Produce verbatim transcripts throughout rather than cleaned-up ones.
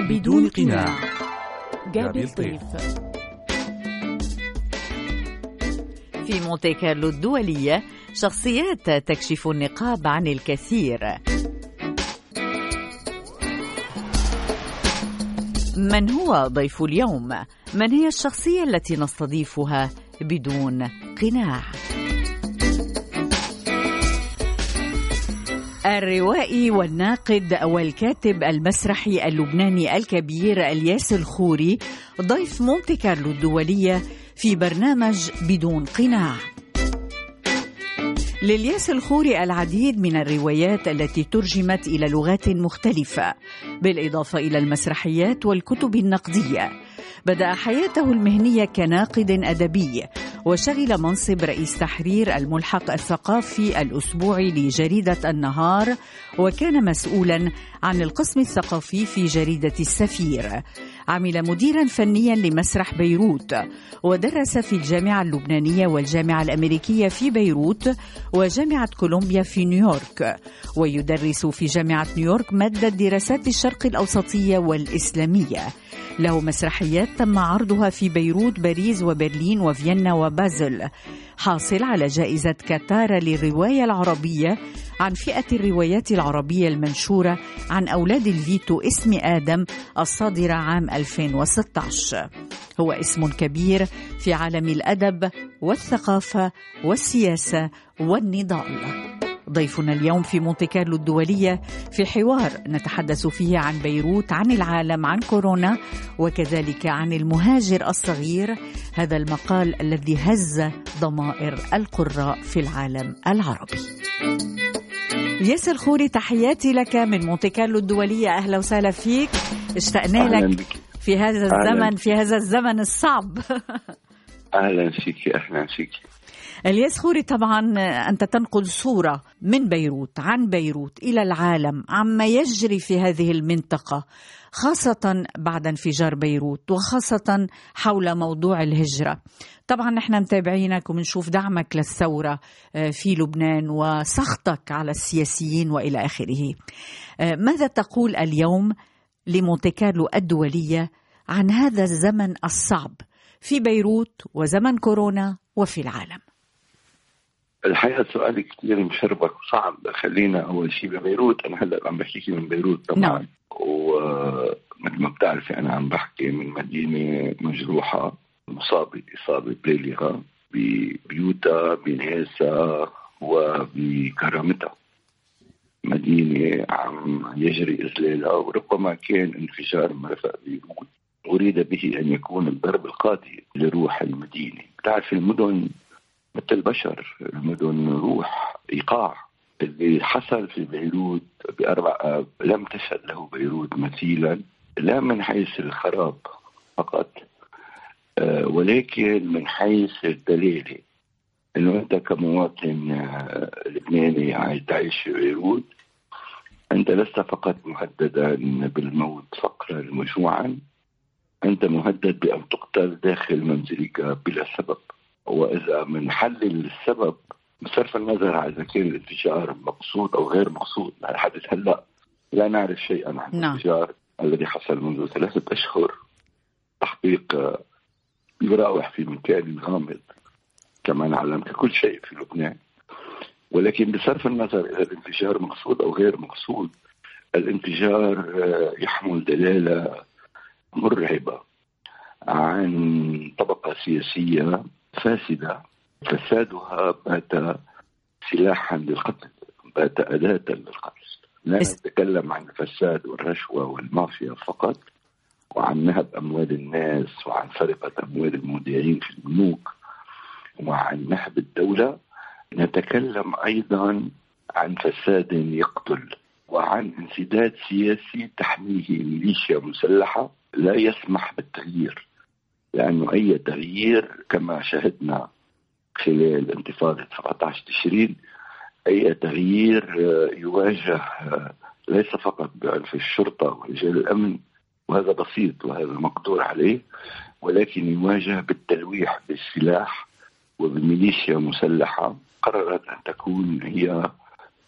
بدون قناع. جابي الطيف. في مونتي كارلو الدولية شخصيات تكشف النقاب عن الكثير. من هو ضيف اليوم؟ من هي الشخصية التي نستضيفها بدون قناع؟ الروائي والناقد والكاتب المسرحي اللبناني الكبير الياس الخوري ضيف مونتي كارلو الدولية في برنامج بدون قناع. للياس الخوري العديد من الروايات التي ترجمت إلى لغات مختلفة، بالإضافة إلى المسرحيات والكتب النقدية. بدأ حياته المهنية كناقد أدبي، وشغل منصب رئيس تحرير الملحق الثقافي الأسبوعي لجريدة النهار، وكان مسؤولا عن القسم الثقافي في جريدة السفير. عمل مديرا فنيا لمسرح بيروت، ودرس في الجامعة اللبنانية والجامعة الأمريكية في بيروت وجامعة كولومبيا في نيويورك، ويدرس في جامعة نيويورك مادة دراسات الشرق الأوسطية والإسلامية. له مسرحيات تم عرضها في بيروت، باريس وبرلين وفيينا وبازل. حاصل على جائزة كاتارا للرواية العربية عن فئة الروايات العربية المنشورة عن أولاد الفيتو اسم آدم الصادرة عام ألفين وستة عشر. هو اسم كبير في عالم الأدب والثقافة والسياسة والنضال. ضيفنا اليوم في مونتي كارلو الدولية في حوار نتحدث فيه عن بيروت، عن العالم، عن كورونا، وكذلك عن المهاجر الصغير، هذا المقال الذي هز ضمائر القراء في العالم العربي. ياس الخوري، تحياتي لك من مونتي كارلو الدولية. أهلا وسهلا فيك، اشتقنا لك في هذا الزمن في هذا الزمن الصعب. أهلا فيك. أهلا فيك. الياس خوري، طبعا أنت تنقل صورة من بيروت، عن بيروت إلى العالم، عما يجري في هذه المنطقة، خاصة بعد انفجار بيروت، وخاصة حول موضوع الهجرة. طبعا نحن متابعينك ومنشوف دعمك للثورة في لبنان وسخطك على السياسيين وإلى آخره. ماذا تقول اليوم لمونتي كارلو الدولية عن هذا الزمن الصعب في بيروت وزمن كورونا وفي العالم؟ الحقيقة سؤال كتير مشربك وصعب. خلينا أول شيء ببيروت. أنا هلأ عم بحكي من بيروت طبعا. نعم. ومثل ما بتعرفي أنا عم بحكي من مدينة مجروحة، مصابة إصابة بالغة ببيوتها، بناسها وبكرامتها. مدينة عم يجري إذلالها، وربما كان انفجار مرفق بيروت أريد به أن يكون الضرب القاضي لروح المدينة. بتعرف المدن مثل البشر، المدن روح، إيقاع. اللي حصل في بيروت بأربع آب لم تشهد له بيروت مثيلا، لا من حيث الخراب فقط آه ولكن من حيث الدليل أنه أنت كمواطن آه لبناني عايز تعيش في بيروت، أنت لست فقط مهددا بالموت فقرا وجوعا، أنت مهدد بأن تقتل داخل منزلك بلا سبب. وإذا منحلل السبب بصرف النظر عن إذا كان الانفجار مقصود أو غير مقصود، الحدث هلأ لا نعرف شيئا عن الانفجار الذي حصل منذ ثلاثة أشهر. تحقيق يراوح في مكان غامض كما نعلم كل شيء في لبنان. ولكن بصرف النظر إذا الانفجار مقصود أو غير مقصود، الانفجار يحمل دلالة مرعبة عن طبقة سياسية فاسدة، فسادها بات سلاحا للقتل، بات أداة للقتل. لا نتكلم عن الفساد والرشوة والمافيا فقط، وعن نهب أموال الناس، وعن سرقة أموال المودعين في البنوك، وعن نهب الدولة. نتكلم أيضا عن فساد يقتل، وعن انسداد سياسي تحميه ميليشيا مسلحة لا يسمح بالتغيير، لأنه أي تغيير كما شهدنا خلال انتفاضة سبعة عشر تشرين، أي تغيير يواجه ليس فقط بعنف الشرطة ورجال الأمن، وهذا بسيط وهذا مقدور عليه، ولكن يواجه بالتلويح بالسلاح وبميليشيا مسلحة قررت أن تكون هي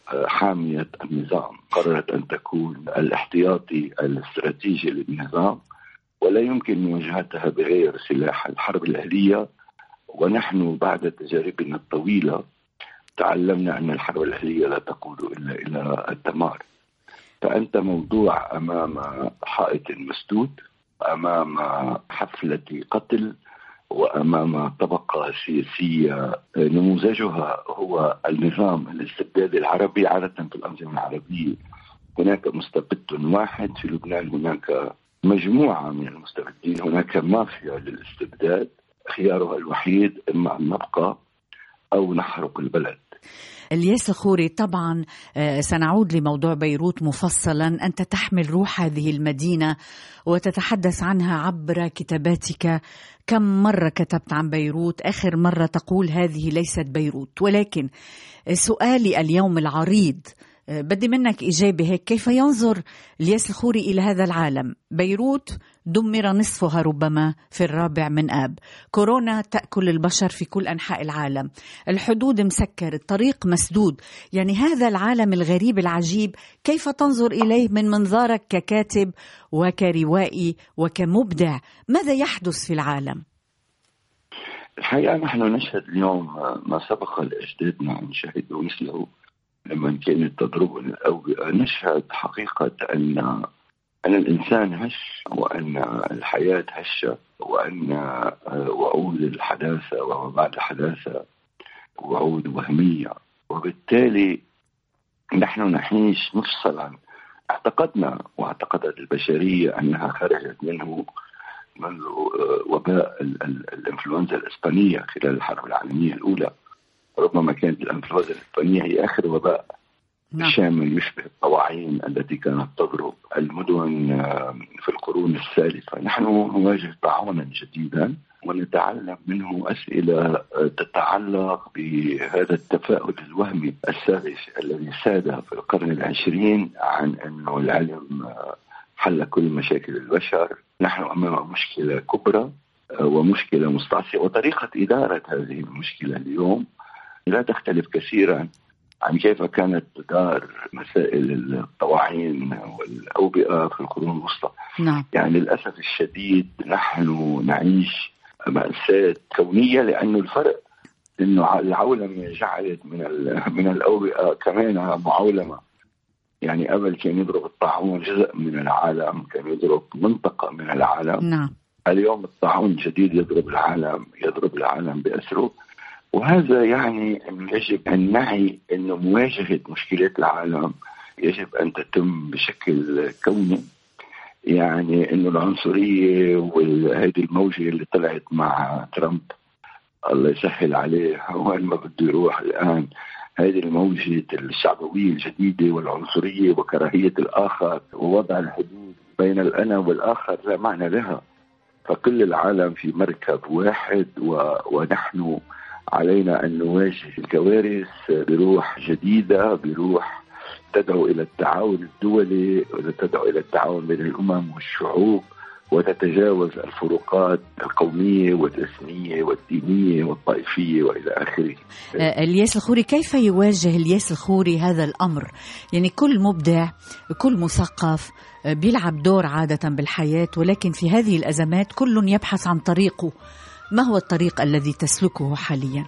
حامية النظام، قررت أن تكون الاحتياطي الاستراتيجي للنظام، ولا يمكن مواجهتها بغير سلاح الحرب الأهلية. ونحن بعد تجاربنا الطويلة تعلمنا أن الحرب الأهلية لا تقود إلا إلى الدمار. فأنت موضوع أمام حائط مسدود، أمام حفلة قتل، وأمام طبقة سياسية نموذجها هو النظام الاستبدادي العربي. عادة في الأنظمة العربية هناك مستبد واحد، في لبنان هناك مجموعة من المستبدين، هناك مافيا للاستبداد، خيارها الوحيد إما أن نبقى أو نحرق البلد. الياس الخوري، طبعا سنعود لموضوع بيروت مفصلا. أنت تحمل روح هذه المدينة وتتحدث عنها عبر كتاباتك. كم مرة كتبت عن بيروت؟ آخر مرة تقول هذه ليست بيروت. ولكن سؤالي اليوم العريض، بدي منك إجابة هيك، كيف ينظر الياس الخوري إلى هذا العالم؟ بيروت دمر نصفها ربما في الرابع من آب، كورونا تأكل البشر في كل أنحاء العالم، الحدود مسكر، الطريق مسدود. يعني هذا العالم الغريب العجيب، كيف تنظر إليه من منظارك ككاتب وكروائي وكمبدع؟ ماذا يحدث في العالم؟ الحقيقة نحن نشهد اليوم ما سبق لأجدادنا أن شهدوا مثله لما كانت تضربنا الأوبئة. نشهد حقيقة أن أن الإنسان هش، وأن الحياة هشة، وأن وعود الحداثة وما بعد الحداثة وعود وهمية، وبالتالي نحن نعيش مفصلا. اعتقدنا واعتقدت البشرية أنها خرجت منه منذ وباء الإنفلونزا الإسبانية خلال الحرب العالمية الأولى. ربما كانت الإنفلونزا الإسبانية هي آخر وباء شامل يشبه الطواعين التي كانت تضرب المدن في القرون الثالثة. نحن نواجه طاعونا جديدا ونتعلم منه أسئلة تتعلق بهذا التفاؤل الوهمي الساذج الذي ساد في القرن العشرين عن أنه العلم حل كل مشاكل البشر. نحن أمام مشكلة كبرى ومشكلة مستعصية، وطريقة إدارة هذه المشكلة اليوم لا تختلف كثيرا عن كيف كانت تدار مسائل الطواعين والأوبئة في القرون الوسطى. نعم. يعني للأسف الشديد نحن نعيش مأساة كونية، لأنه الفرق إنه العولمة جعلت من من الأوبئة كمان معولمة. يعني قبل كان يضرب الطاعون جزء من العالم، كان يضرب منطقة من العالم. نعم. اليوم الطاعون الجديد يضرب العالم، يضرب العالم بأسره. وهذا يعني أن يجب أن نعي أن مواجهة مشكلات العالم يجب أن تتم بشكل كوني. يعني أنه العنصرية وهذه الموجة اللي طلعت مع ترامب الله يسهل عليه وين ما بده يروح الآن، هذه الموجة الشعبوية الجديدة والعنصرية وكراهية الآخر ووضع الحدود بين الأنا والآخر لا معنى لها. فكل العالم في مركب واحد و... ونحن علينا أن نواجه الكوارث بروح جديدة، بروح تدعو إلى التعاون الدولي وتدعو إلى التعاون بين الأمم والشعوب، وتتجاوز الفروقات القومية والإثنية والدينية والطائفية وإلى آخره. الياس الخوري، كيف يواجه الياس الخوري هذا الأمر؟ يعني كل مبدع، كل مثقف بيلعب دور عادة بالحياة، ولكن في هذه الأزمات كل يبحث عن طريقه. ما هو الطريق الذي تسلكه حاليا؟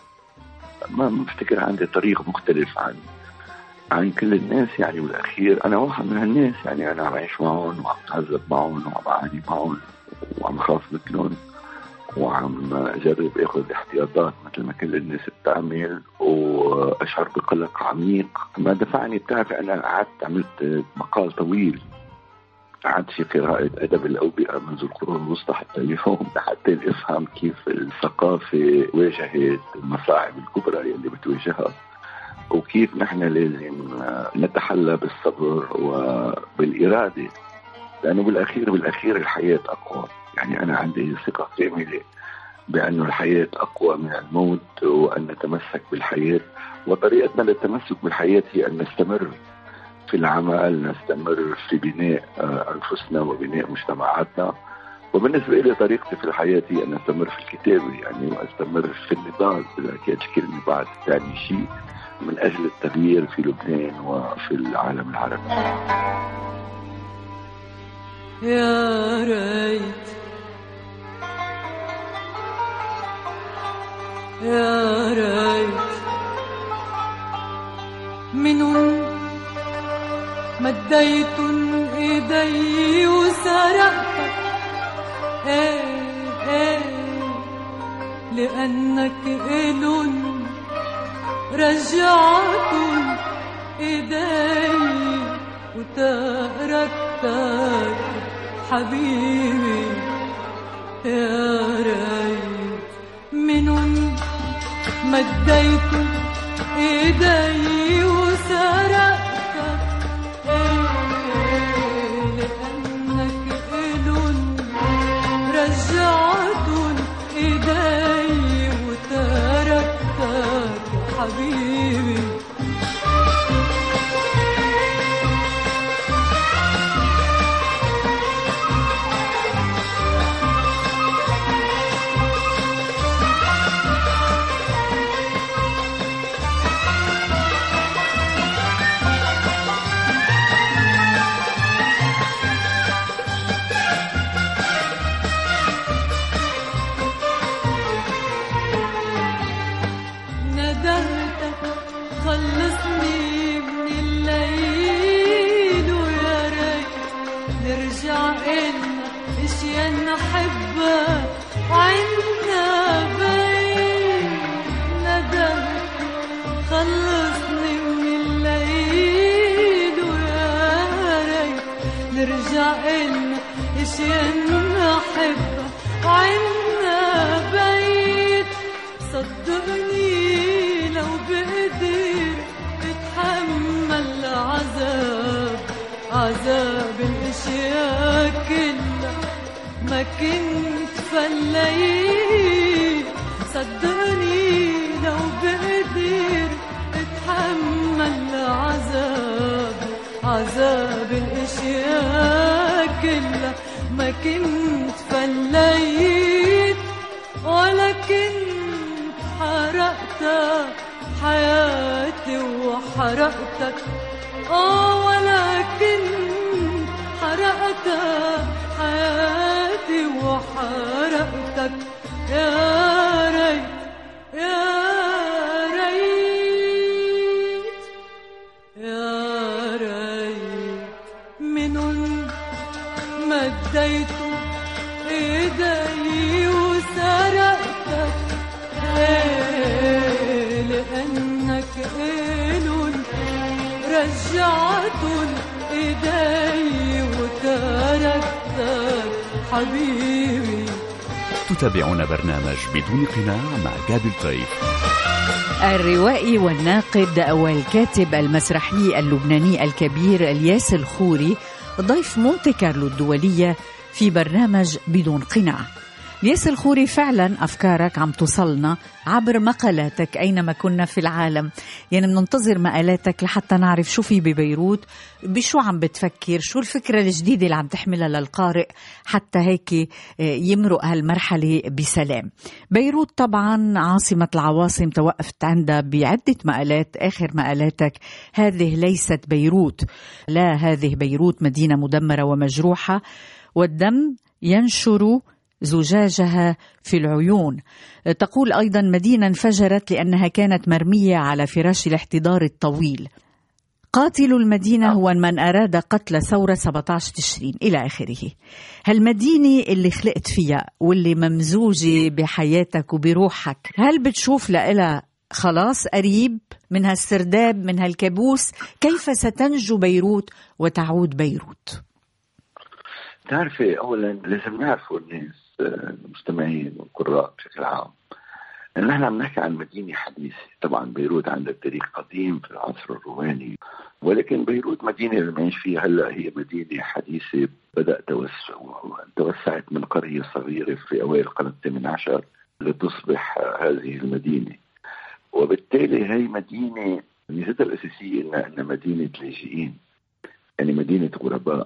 ما مفتكر عندي طريق مختلف عن عن كل الناس. يعني بالأخير أنا واحد من الناس، يعني أنا عم أعيش معهم وعم أتعذب معهم وعم أعاني معهم وعم أخاف مثلهم وعم أجرب أخذ احتياطات مثل ما كل الناس بتعمل، وأشعر بقلق عميق. ما دفعني، بتعرف أنا قعدت عملت مقال طويل، قعدت في قراءة أدب الأوبئة منذ القرون الوسطى حتى اليوم حتى أفهم كيف الثقافة واجهت المصاعب الكبرى اللي بتواجهها، وكيف نحن لازم نتحلى بالصبر وبالإرادة، لأنه بالأخير بالأخير الحياة أقوى. يعني أنا عندي ثقة كاملة بأن الحياة أقوى من الموت، وأن نتمسك بالحياة. وطريقتنا للتمسك بالحياة هي أن نستمر في العمل، نستمر في بناء أنفسنا وبناء مجتمعاتنا، وبالنسبة لي طريقتي في الحياة هي أن أستمر في الكتابة يعني، وأستمر في النضال إذا كانت الكلمة بعد تعني شيء من أجل التغيير في لبنان وفي العالم العربي. يا ريت يا ريت منهم مديت ايدي وسرقتك، ايه ايه لانك الن رجعت ايدي وتركتك حبيبي. يا ريت منهم مديت ايدي وسرقتك، ايه لانك الن رجعت ايدي وتركتك حبيبي. خلصني من الليل ويا ريت نرجع إلنا اشياء نحبها وعنا بيت. ندمت خلصني من الليل ويا ريت نرجع إلنا اشياء نحبها وعنا بيت. صدقني لو بقدر اتحمل عذاب عذاب الاشياء كلها ما كنت فليت. صدقني لو بقدر اتحمل عذاب عذاب الاشياء كلها ما كنت فليت. ولكن حرقتك حياتي وحرقتك، اه ولكن حرقتك حياتي وحرقتك. يا ريت يا ريت يا ريت منن مديت ايدي وسرقتك، لأنك إلن رجعت إيدي وتركتك حبيبي. تتابعون برنامج بدون قناع مع جابي الطيف، الروائي والناقد والكاتب المسرحي اللبناني الكبير الياس الخوري ضيف مونتي كارلو الدولية في برنامج بدون قناع. الياس الخوري، فعلا أفكارك عم توصلنا عبر مقالاتك أينما كنا في العالم، يعني بننتظر مقالاتك لحتى نعرف شو في ببيروت، بشو عم بتفكر، شو الفكرة الجديدة اللي عم تحملها للقارئ حتى هيك يمرق هالمرحلة بسلام. بيروت طبعا عاصمة العواصم، توقفت عندها بعدة مقالات، آخر مقالاتك هذه ليست بيروت، لا هذه بيروت مدينة مدمرة ومجروحة والدم ينشر زجاجها في العيون. تقول أيضا مدينة انفجرت لأنها كانت مرمية على فراش الاحتضار الطويل. قاتل المدينة هو من أراد قتل ثورة سبعة عشر تشرين إلى آخره. هالمدينة اللي خلقت فيها واللي ممزوجة بحياتك وبروحك، هل بتشوف لها خلاص قريب من هالسرداب، من هالكابوس؟ كيف ستنجو بيروت وتعود بيروت؟ تعرفي، أولا لازم نعرفوا الناس المستمعين والقراء بشكل عام إن نحن عم نحكي عن مدينة حديثة. طبعا بيروت عندها تاريخ قديم في العصر الروماني، ولكن بيروت مدينة اللي بنعيش فيها هلا هي مدينة حديثة بدأ توسع توسعت من قرية صغيرة في أوائل القرن الثامن عشر لتصبح هذه المدينة. وبالتالي هي مدينة ميزتها الأساسية إنها إنها مدينة لاجئين، يعني مدينة غرباء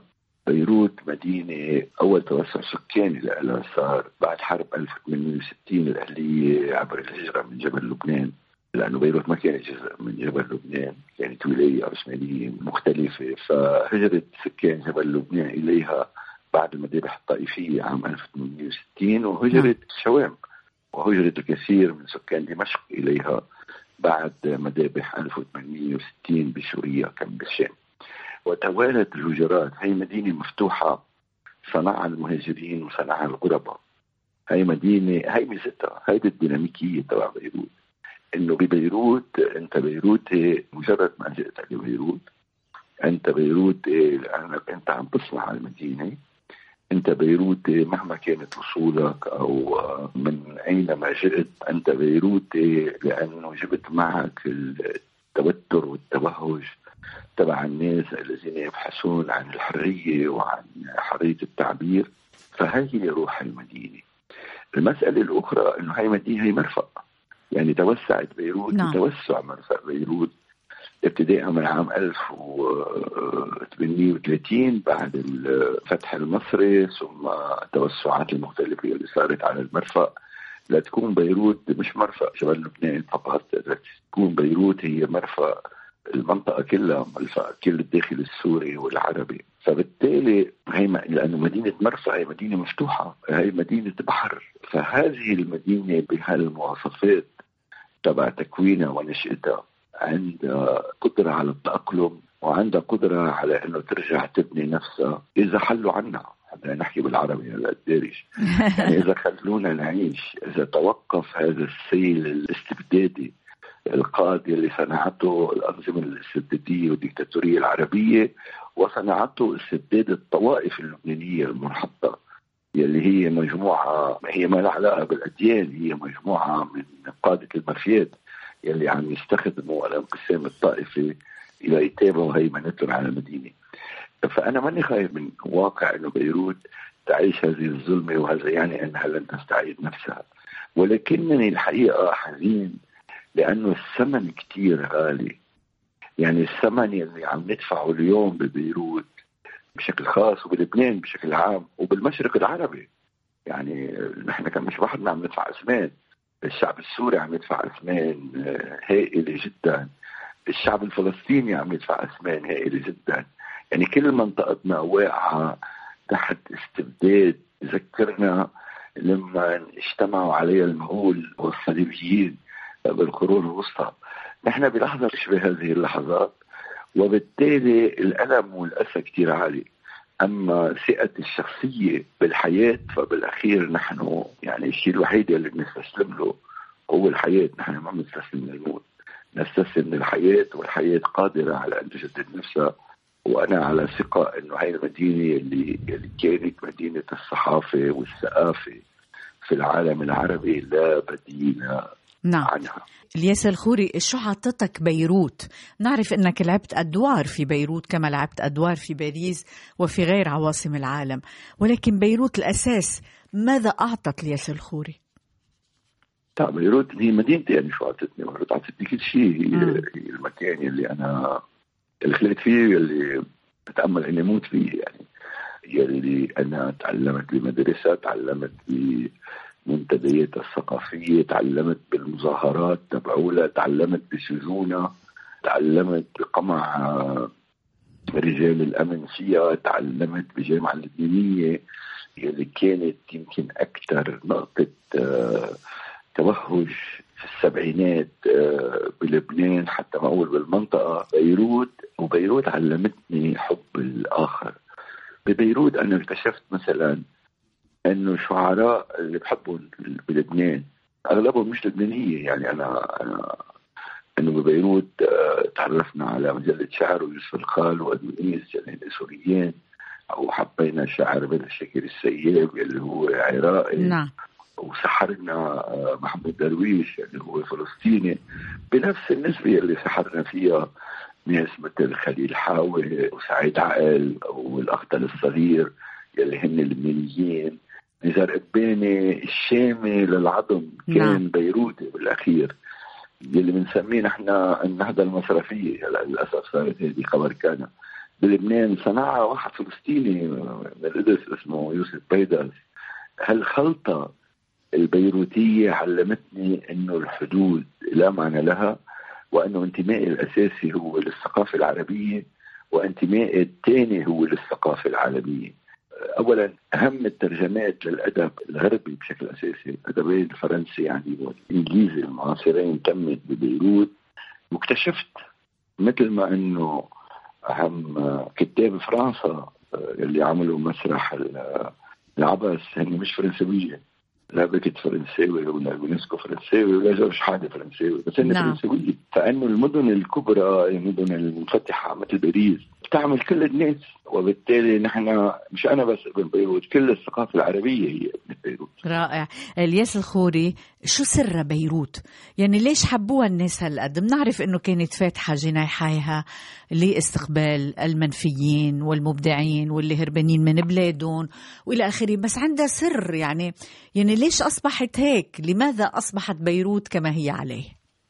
بيروت مدينة أول توسع سكاني لها صار بعد حرب ألف وثمانمئة وستين الأهلية عبر الهجرة من جبل لبنان، لأنه بيروت ما كانت جزء من جبل لبنان، كانت ولاية عثمانية مختلفة، فهجرت سكان جبل لبنان إليها بعد المذابح الطائفية عام ألف وثمانمئة وستين، وهجرت الشوام وهجرت الكثير من سكان دمشق إليها بعد مذابح ألف وثمانمئة وستين بسوريا كم بالشام. وتوالت الهجرات. هي مدينة مفتوحة صنعها المهاجرين وصنعها الغرباء. هي مدينة، هي ميزتها، هيدي الديناميكية تبع بيروت، إنه ببيروت أنت بيروتي مجرد ما جئت لبيروت أنت بيروتي لأنك أنت عم تصنع المدينة، أنت بيروتي مهما كانت وصولك أو من أينما جئت، أنت بيروتي لأنه جبت معك التوتر والتبهج تبع الناس الذين يبحثون عن الحرية وعن حرية التعبير. فهي هي روح المدينة. المسألة الأخرى إنه هاي مدينة هي مرفق، يعني توسعت بيروت نعم. بتوسع مرفق بيروت ابتداء من عام ألف وثمانمئة وثلاثين بعد الفتح المصري، ثم التوسعات المختلفة اللي صارت على المرفق لتكون بيروت مش مرفق جبل لبنان فقط، تكون بيروت هي مرفق المنطقة كلها، مرفق كل الداخل السوري والعربي. فبالتالي هي م... لأنه مدينة مرفق هي مدينة مفتوحة، هي مدينة بحر، فهذه المدينة بهالمواصفات تبع تكوينها ونشأتها عندها قدرة على التأقلم وعندها قدرة على أنه ترجع تبني نفسها إذا حلوا عنها. بدنا نحكي بالعربي هلا الدارج يعني إذا خلونا نعيش، إذا توقف هذا السيل الاستبدادي القادم اللي صنعته الأنظمة الاستبدادية والديكتاتورية العربية وصنعته استبداد الطوائف اللبنانية المنحطة يلي هي مجموعة هي ما لها علاقة بالأديان، هي مجموعة من قادة المافيات يلي عم يستخدموا الانقسام الطائفي إلى يتابعوا هيمنتهم على المدينة. فأنا ماني خايف من واقع إنه بيروت تعيش هذه الظلمة، وهذا يعني أنها لن تستعيد نفسها، ولكنني الحقيقة حزين لأنه الثمن كتير غالي. يعني الثمن اللي عم ندفعه اليوم ببيروت بشكل خاص وبلبنان بشكل عام وبالمشرق العربي، يعني نحن كان مش واحدنا عم ندفع أثمان، الشعب السوري عم يدفع أثمان هائلة جدا، الشعب الفلسطيني عم يدفع أثمان هائلة جدا. يعني كل منطقتنا واقعة تحت استبداد. ذكرنا لما اجتمعوا عليها المغول والصليبيين بالقرون الوسطى، نحن بلحظة تشبه هذه اللحظات، وبالتالي الألم والأسى كتير عالي. أما ثقتي الشخصية بالحياة فبالأخير نحن يعني الشيء الوحيد اللي بنستسلم له هو الحياة. نحن ما بنستسلم للموت، نستسلم للحياة، والحياة قادرة على أن تجدد نفسها. وأنا على ثقة إنه هاي المدينة اللي, اللي كانت مدينة الصحافة والثقافة في العالم العربي لا بديل نعم. عنها. الياس الخوري، شو عطتك بيروت؟ نعرف أنك لعبت أدوار في بيروت كما لعبت أدوار في باريس وفي غير عواصم العالم، ولكن بيروت الأساس ماذا أعطت الياس الخوري؟ طيب بيروت هي مدينتي، يعني شو عطتني؟ بيروت عطتني كل شيء. هي المكان اللي أنا اللي خليت فيه، اللي بتأمل إني موت فيه، يعني يلي أنا تعلمت بمدرسة، تعلمت بمنتديات الثقافية، تعلمت بالمظاهرات تبعولها، تعلمت بسجونها، تعلمت بقمع رجال الأمن فيها، تعلمت بجامعة اللبنانية يلي كانت يمكن أكثر نقطة توهج في السبعينات بلبنان حتى ما أقول بالمنطقة، بيروت. وبيروت علمتني حب الآخر. ببيروت أنا اكتشفت مثلا أنه شعراء اللي بحبهم بلبنان أغلبهم مش لبنانية. يعني أنا, أنا أنه ببيروت تعرفنا على مجلة شعر ويوسف الخال وأدونيس جلين سوريين، أو حبينا شعر بين الشكل السياب اللي هو عراقي. نعم. وسحرنا محمود درويش اللي هو فلسطيني بنفس النسبة اللي سحرنا فيها ناس مثل خليل حاوي وسعيد عقل والأخطل الصغير يلي هن اللبنانيين. نزار قباني الشامي للعظم كان نعم. بيروتي بالأخير، يلي بنسميه نحن النهضة المصرفية. للأسف صارت هذه خبر كان بلبنان صنعها واحد فلسطيني من القدس اسمه يوسف بيداس. هالخلطة البيروتية علمتني إنه الحدود لا معنى لها، وأنه انتمائي الأساسي هو للثقافة العربية، وانتمائي الثاني هو للثقافة العالمية. أولا أهم الترجمات للأدب الغربي بشكل أساسي الأدبين الفرنسي يعني والإنجليزي المعاصرين تمت ببيروت. واكتشفت مثل ما أنه أهم كتاب فرنسا اللي عملوا مسرح العبث هن مش فرنسوية، لا بكت فرنساوي ولا يونسكو فرنساوي ولا جورج حادي فرنساوي، بس هن نعم. فرنسوية. فإنه المدن الكبرى المدن المنفتحة مثل باريس بتعمل كل الناس، وبالتالي نحن مش أنا بس ابن بيروت، كل الثقافة العربية هي ابن بيروت. رائع. الياس الخوري، شو سر بيروت؟ يعني ليش حبوها الناس هالقد؟ بنعرف إنه كانت فاتحة جناحيها لاستقبال المنفيين والمبدعين واللي هربانين من بلادهم وإلى آخره، بس عندها سر. يعني يعني ليش أصبحت هيك؟ لماذا أصبحت بيروت كما هي عليه؟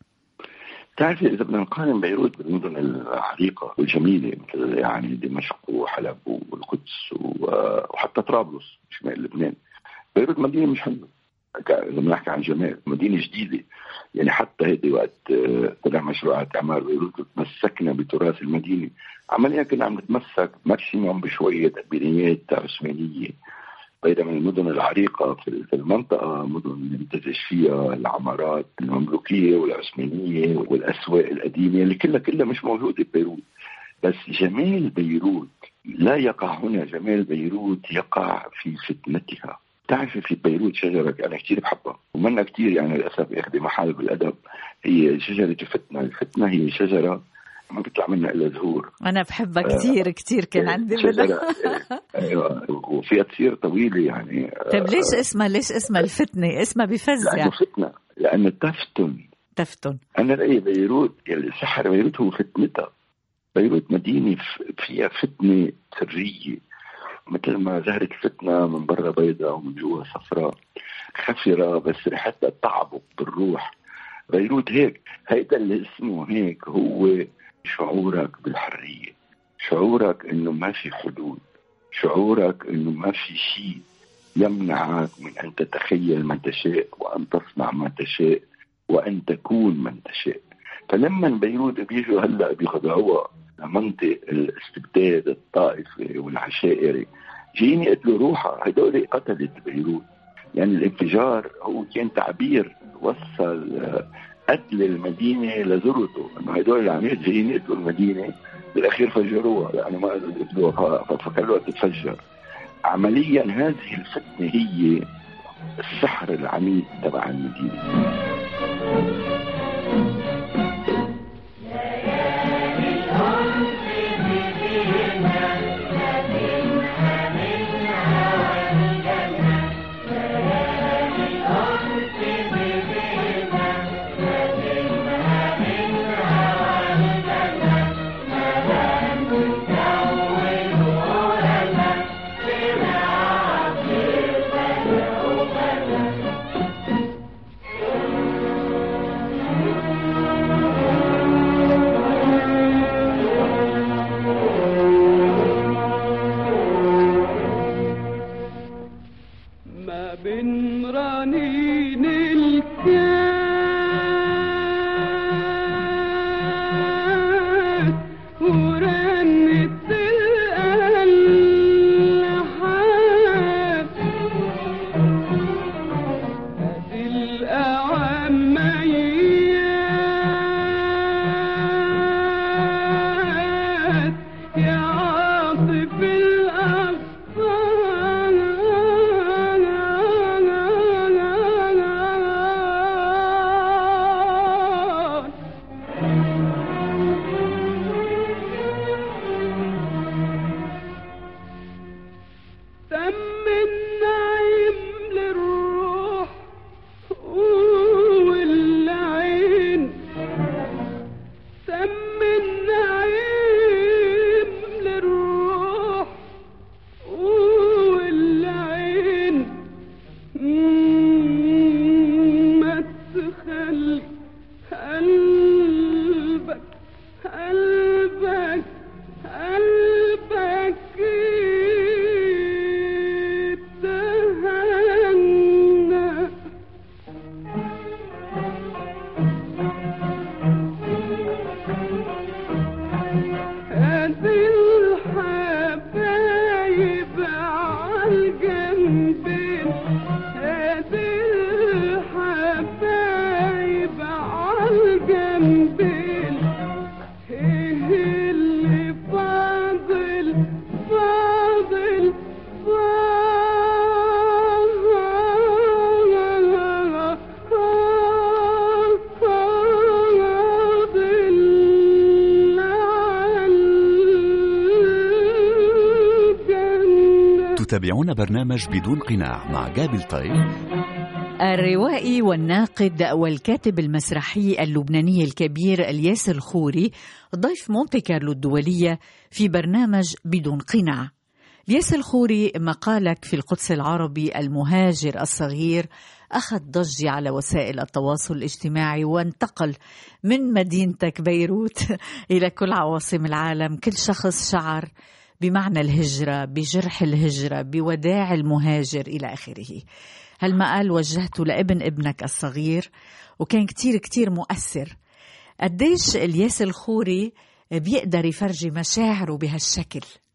تعرفي إذا بدنا نقارن بيروت بالمدن العريقة والجميلة مثل يعني دمشق وحلب والقدس وحتى طرابلس شمال لبنان، بيروت مدينة مش حلوة. إذا بنحكي عن جمال مدينة جديدة، يعني حتى هذه وقت طلع مشروعات إعمار بيروت تمسكنا بتراث المدينة، عمليا كنا عم نتمسك ماكسيموم بشوية بنيات عثمانية، بينما المدن العريقة في المنطقة مدن يمتزج فيها العمارات المملوكية والعثمانية والأسواق القديمة اللي كلها كلها مش موجودة ببيروت. بس جمال بيروت لا يقع هنا، جمال بيروت يقع في فتنتها. تعرفي في بيروت شجرة أنا كتير بحبها ومنها كتير يعني للأسف ياخد محل بالأدب، هي شجرة الفتنة. الفتنة هي شجرة ما بيطلع منها إلا زهور. أنا بحبها كتير آه كتير كان عندي منها. أيوة وفيها تصير طويلة يعني. طيب ليش اسمها ليش اسمها الفتنة؟ اسمها بفزع. لأنه فتنة، لأنه تفتن تفتن. أنا رأيي بيروت يعني سحر بيروت هو فتنتها. بيروت مدينة فيها فتنة سرية، مثل ما زهرة الفتنة من برا بيضاء ومن جوا صفراء خفرة، بس ريحتها تعبق بالروح. بيروت هيك، هيدا اللي اسمه هيك، هو شعورك بالحرية، شعورك انه ما في حدود، شعورك انه ما في شيء يمنعك من ان تتخيل ما تشاء وان تصنع ما تشاء وان تكون من تشاء. فلما بيروت بيجوا هلا بيخضعوها منطق الاستبداد الطائفي والعشائري، جيني يقتلوا روحها. هدول قتلت بيروت. يعني الانفجار هو كان تعبير وصل قتل المدينة لذروته، انه هدول اللي عم جايين يقتلوا المدينة بالاخير فجروها، يعني ما قدروا يقتلوها فخلوها تتفجر. عمليا هذه الفتنة هي السحر العميق تبع المدينة. تتابعون برنامج بدون قناع مع جابل طيب، الروائي والناقد والكاتب المسرحي اللبناني الكبير الياس الخوري ضيف مونتي كارلو الدولية في برنامج بدون قناع. الياس الخوري، مقالك في القدس العربي المهاجر الصغير أخذ ضجة على وسائل التواصل الاجتماعي وانتقل من مدينتك بيروت إلى كل عواصم العالم. كل شخص شعر بمعنى الهجرة، بجرح الهجرة، بوداع المهاجر إلى آخره. هالمقال وجهته لابن ابنك الصغير وكان كتير كتير مؤثر. قديش الياس الخوري بيقدر يفرجي مشاعره بهالشكل؟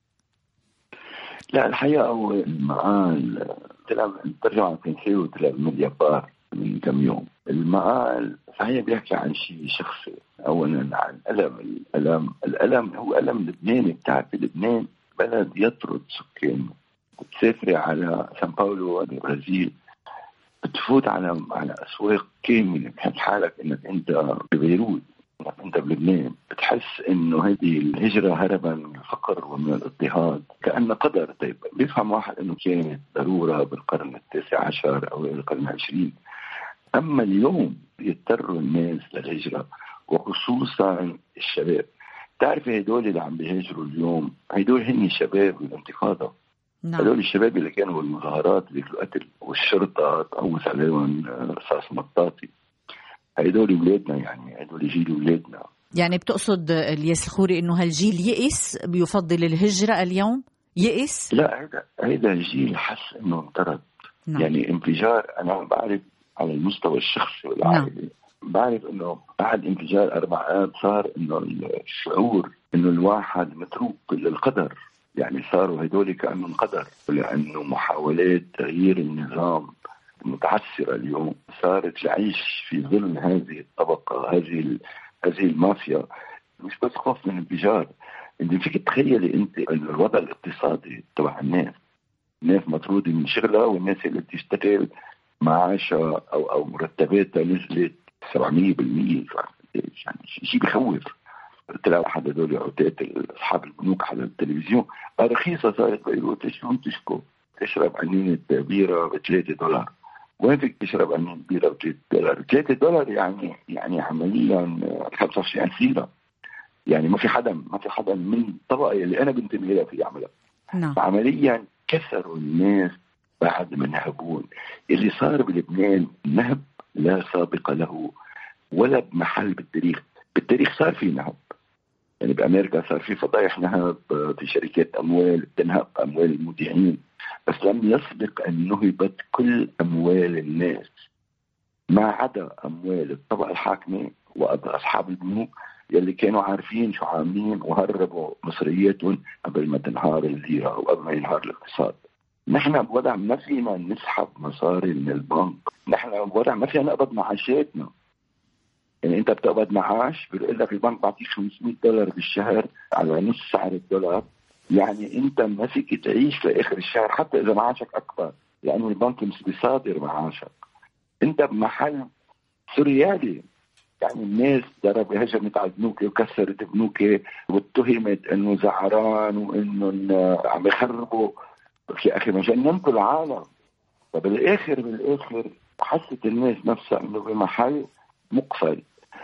لا الحقيقة هو المقال طلع ترجمة فرنسية وطلع بالمليابار من كم يوم. المقال صحيح بيحكي عن شيء شخصي، أولا عن ألم الألم الألم هو ألم لبناني. بتعرف لبنان بلد يطرد سكانه. بتسافري على سان باولو البرازيل، بتفوت على على أسواق كاملة، بتحس حالك إنك أنت ببيروت، إنك أنت بلبنان. بتحس إنه هذه الهجرة هربا من الفقر ومن الاضطهاد كأنه قدر. طيب بيفهم واحد إنه كانت ضرورة بالقرن التاسع عشر أو القرن العشرين، أما اليوم يضطروا الناس للهجرة وخصوصا الشباب. تعرف هدول اللي عم بيهاجروا اليوم هدول هن شباب الانتفاضة. نعم. هدول الشباب اللي كانوا بالمظاهرات ذيك القتل والشرطة تقوس عليهم رصاص مطاطي، هدول ولادنا، يعني هدول جيل ولادنا. يعني بتقصد الياس الخوري انه هالجيل يئس بيفضل الهجرة اليوم؟ يئس؟ لا، هذا هذا جيل حس انه انطرد. نعم. يعني انفجار. انا بعرف على المستوى الشخصي والعائلي. نعم. بعرف انه بعد انفجار أربع آب صار انه الشعور انه الواحد متروك للقدر. يعني صاروا هدول كأنهم قدر، لأنه محاولات تغيير النظام متعثرة اليوم. صارت العيش في ظل هذه الطبقة، هذه هذه المافيا. مش بس خوف من انفجار، انت فيك تخيلي انت انه الوضع الاقتصادي تبع الناس، الناس مطرودة من شغلها، والناس اللي بتشتغل معاشها او او مرتباتها نزلت سبعمية بالمية. يعني شيء بخوف. طلع أحد هذول عتات أصحاب البنوك على التلفزيون، رخيصة صارت بيروت، شلون تشكو؟ تشرب عنينة بيرة بثلاثة دولار. وين فيك تشرب عنينة بيرة بثلاثة دولار؟ ثلاثة دولار يعني يعني عمليا خمسة وعشرين ليرة. يعني ما في حدا ما في حدا من الطبقة اللي أنا بنتمي لها في يعملها. نعم. عمليا كسروا الناس بعد ما نهبون. اللي صار بلبنان نهب لا سابق له ولا بمحل بالتاريخ. بالتاريخ صار في نهب، يعني بأمريكا صار في فضايح نهب في شركات أموال تنهب أموال المودعين، بس لم يسبق أن نهبت كل أموال الناس ما عدا أموال الطبقة الحاكمة وأصحاب البنوك يلي كانوا عارفين شو عاملين وهربوا مصرياتهم قبل ما تنهار الليرة وقبل ما ينهار الاقتصاد. نحن بوضع ما فينا نسحب مصاري من البنك، نحن بوضع ما فينا نقبض معاشاتنا. يعني انت بتقبض معاش بيقول لك البنك بعطيك خمسمية دولار بالشهر على نص سعر الدولار، يعني انت ما فيك تعيش لاخر الشهر حتى اذا معاشك اكبر، لانه يعني البنك مش بيصادر معاشك. انت بمحل سوريالي، يعني الناس ضرب هجمت على بنوك وكسرت بنوك واتهمت انه زعران وانه عم يخربوا. يا اخي ما جننتوا العالم. فبالاخر بالاخر حست الناس نفسها انه بمحل مقفل.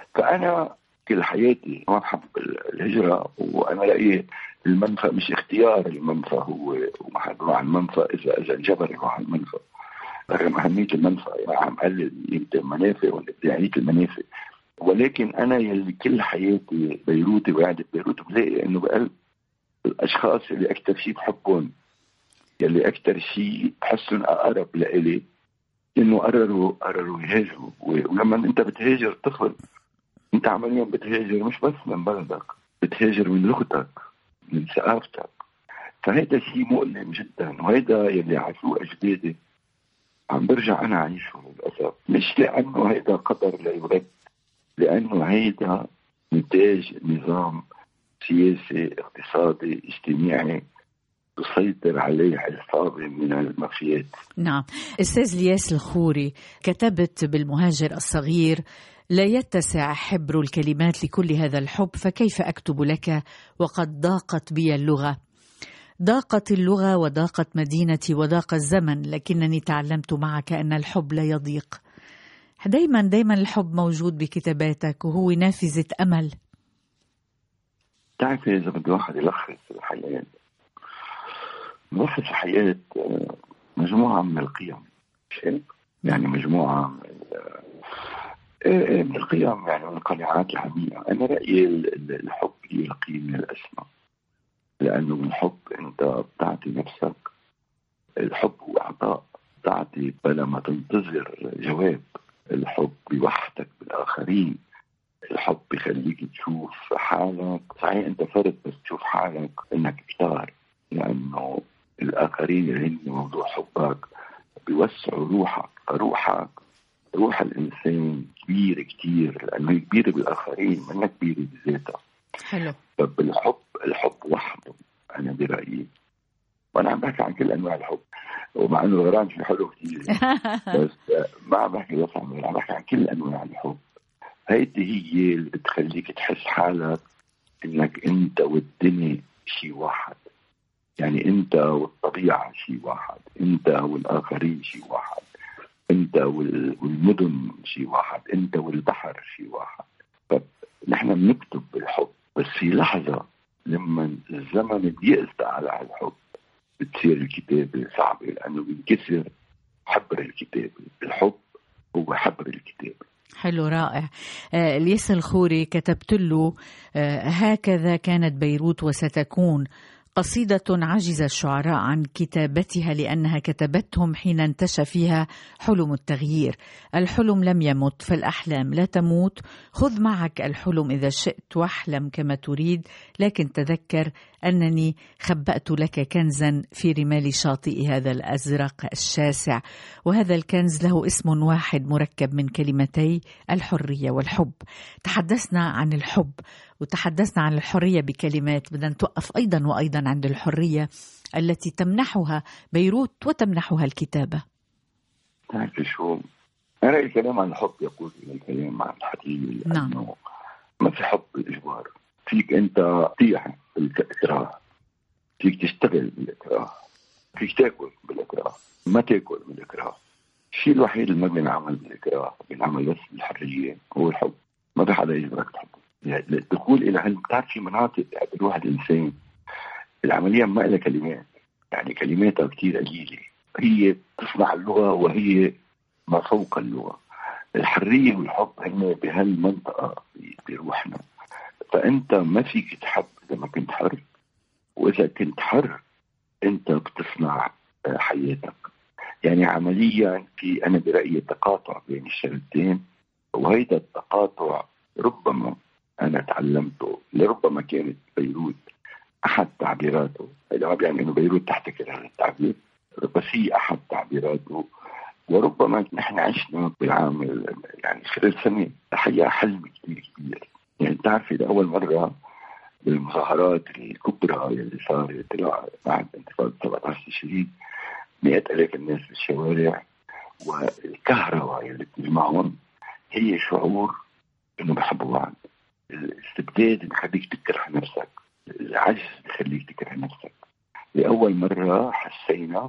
فأنا كل حياتي ما بحب الهجرة، وأنا لقيت المنفى مش اختيار، المنفى هو وما نروح على المنفى إذا إذا انجبر يروح على المنفى. رغم أهمية المنفى يعني عم قلل يمكن المنافع وإبداعية المنافع، ولكن أنا يلي كل حياتي بيروتي وقاعد ببيروت بلاقي إنه بقلب الأشخاص اللي أكتر شيء بحبهم، يلي أكتر شيء بحسن أقرب لإلي، إنه قرروا قرروا يهاجروا. ولما أنت بتهاجر طفل، أنت عمليا بتهاجر مش بس من بلدك، بتهاجر من لغتك، من ثقافتك. فهذا شيء مؤلم جدا، وهذا يلي عاشوه أجدادي عم برجع أنا أعيشه للأسف. مش لأنه هذا قدر لا يرد، لأنه هذا نتاج نظام سياسي اقتصادي اجتماعي تسيطر عليه عصابة من المافيات. نعم. أستاذ الياس الخوري، كتبت بالمهاجر الصغير: لا يتسع حبر الكلمات لكل هذا الحب، فكيف أكتب لك وقد ضاقت بي اللغة. ضاقت اللغة وضاقت مدينتي وضاق الزمن، لكنني تعلمت معك أن الحب لا يضيق. دايما دايما الحب موجود بكتاباتك وهو نافذة أمل. تعرفي إذا بدي واحد يلخص الحياة، نلخص الحياة مجموعة من القيم، يعني مجموعة من القيم، يعني من القناعات العميقة. أنا رأيي الحب هي القيمة الأسمى، لأنه من الحب أنت بتعطي نفسك. الحب هو إعطاء، تعطي بلا ما تنتظر جواب. الحب بيوحدك بالآخرين. الحب بيخليك تشوف حالك، صحيح أنت فرد بس تشوف حالك إنك كتار، لأنه الآخرين اللي هن موضوع حبك بيوسعوا روحك. روحك روح الإنسان كبير كتير، لأنه كبير بالآخرين منها كبير بذاتها. حلو. فبالحب الحب وحده أنا برأيي، وأنا عم بحكي عن كل أنواع الحب، ومع أنه الغرام في حلو كتير بس ما عم بحكي بس عن عم بحكي عن كل أنواع الحب. هيدي هي اللي بتخليك تحس حالك إنك أنت والدنيا شيء واحد، يعني أنت والطبيعة شيء واحد، أنت والآخرين شيء واحد، أنت والمدن شيء واحد، أنت والبحر شيء واحد. فنحن بنكتب بالحب، بس في لحظة لما الزمن بيقطع على الحب بتصير الكتابة صعبة، لأنه بينكسر حبر الكتابة. الحب هو حبر الكتابة. حلو، رائع. آه، الياس الخوري كتبت له آه، هكذا كانت بيروت وستكون، قصيدة عجز الشعراء عن كتابتها لأنها كتبتهم حين انتشى فيها حلم التغيير. الحلم لم يمت، فالأحلام لا تموت. خذ معك الحلم إذا شئت واحلم كما تريد، لكن تذكر أنني خبأت لك كنزا في رمال شاطئ هذا الأزرق الشاسع. وهذا الكنز له اسم واحد مركب من كلمتي الحرية والحب. تحدثنا عن الحب وتحدثنا عن الحرية بكلمات، بدنا نتوقف أيضا وأيضا عند الحرية التي تمنحها بيروت وتمنحها الكتابة. تعرف شو؟ أنا الكلام عن الحب يقول إلى الكلام عن الحرية، نعم. لأنه ما في حب بالإجبار. فيك أنت تطيع بالإكراه، فيك تشتغل بالإكراه، فيك تاكل بالإكراه، ما تاكل بالإكراه. الشيء الوحيد اللي ما بينعمل بالإكراه، بينعمل بس بالحرية، هو الحب. ما في حدا يجبرك تحب. يعني الدخول إلى هل بتعرف في مناطق بروح الإنسان العملية ما إلها كلمات، يعني كلماتها كتير قليلة، هي تصنع اللغة وهي ما فوق اللغة. الحرية والحب هن بهالمنطقة بروحنا. فأنت ما فيك تحب إذا ما كنت حر، وإذا كنت حر أنت بتصنع حياتك. يعني عمليا في أنا برأيي تقاطع بين الشغلتين، وهيدا التقاطع ربما أنا تعلمته، لربما كانت بيروت أحد تعبيراته. هذا ما يعني إنه بيروت تحتكر هذا التعبير، بس هي أحد تعبيراته. وربما نحن عشنا بالعام يعني خلال سنة حياة حلم كتير كبير. يعني تعرفي لأول مرة بالمظاهرات الكبرى اللي صارت بعد انتفاضة سبعة عشر تشرين، مئة ألاف الناس في الشوارع، والكهرباء اللي بتجمعهم هي شعور إنه بحبوا بعض. الاستبداد بيخليك تكره نفسك، العجز بيخليك تكره نفسك. لأول مرة حسينا،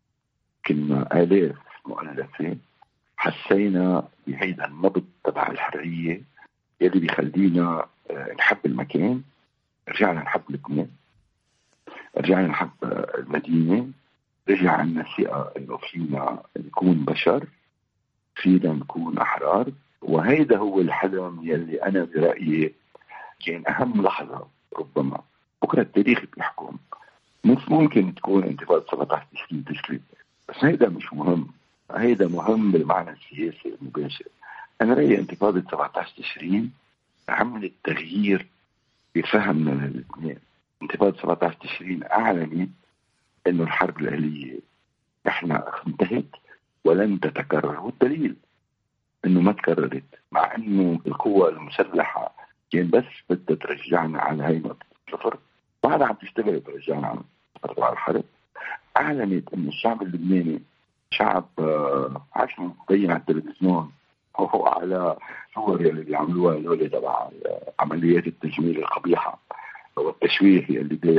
كنا آلاف مؤلفة، حسينا بهيدا النبض تبع الحرية يلي بيخلينا نحب المكان. رجعنا نحب لبنان، رجعنا نحب المدينة، رجع عنا ثقة إنه فينا نكون بشر، فينا نكون أحرار. وهيدا هو الحلم يلي أنا برأيي كان أهم لحظة. ربما بكرة التاريخ بيحكم، مش ممكن تكون انتفاضة سبعة عشر تشرين تسلم، بس هيدا مش مهم. هيدا مهم بالمعنى السياسي المباشر. أنا رأيي انتفاضة سبعة عشر تشرين عملت تغيير بفهمنا للبنان. انتفاضة سبعة عشر تشرين أعلنت إنه الحرب الأهلية إحنا انتهت ولن تتكرر، والدليل إنه ما تكررت، مع إنه القوة المسلحة كان بس بدها ترجعنا على هاي نقطة صفر، بعد عم تشتغل ترجعنا على نقطة على الحرب. أعلنت إنه الشعب اللبناني شعب عاش مبين على التلفزيون وهو على صور اللي بيعملوها هذول تبع عمليات التجميل القبيحة والتشويه اللي دايرة،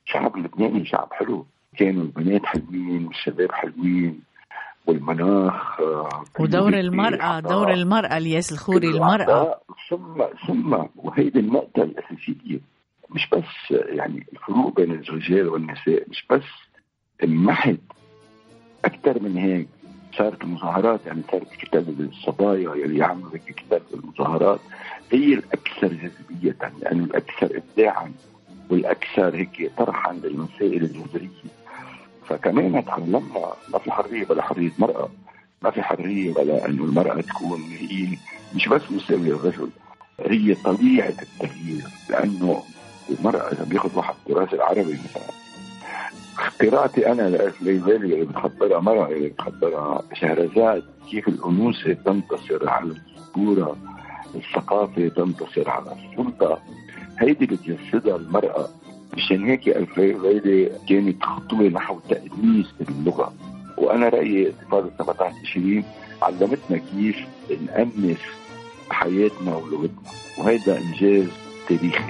الشعب اللبناني شعب حلو، كانوا البنات حلوين والشباب حلوين والمناخ ودور المرأة دور المرأة الياس الخوري المرأة ثم ثم وهيدي النقطة الأساسية، مش بس يعني الفروق بين الرجال والنساء مش بس انمحت، أكثر من هيك صارت المظاهرات، يعني صارت كتاب الصبايا يلي يعملوا هيك كتاب المظاهرات هي الأكثر جاذبية، لأنه يعني الأكثر إبداعا والأكثر هيك طرحا للمسائل الجذرية. فكمان تعلمنا ما في حرية بلا حرية مرأة، ما في حرية بلا أنه المرأة تكون هي مش بس مساوية الرجل، هي طبيعة التغيير. لأنه المرأة إذا بياخد واحد التراث العربي مثلا، اختراعتي أنا ليالي اللي بتخبرها مرأة اللي بتخبرها شهرزاد، كيف الأنوثة تنتصر على الذكورة، الثقافة تنتصر على السلطة، هيدي بتجسدها المرأة. مشان هيك ألف ليلة كانت خطوة نحو تأنيث اللغة. وأنا رأيي انتفاضة سبعة عشر تشرين علمتنا كيف نأنث حياتنا ولغتنا، وهيدا إنجاز تاريخي.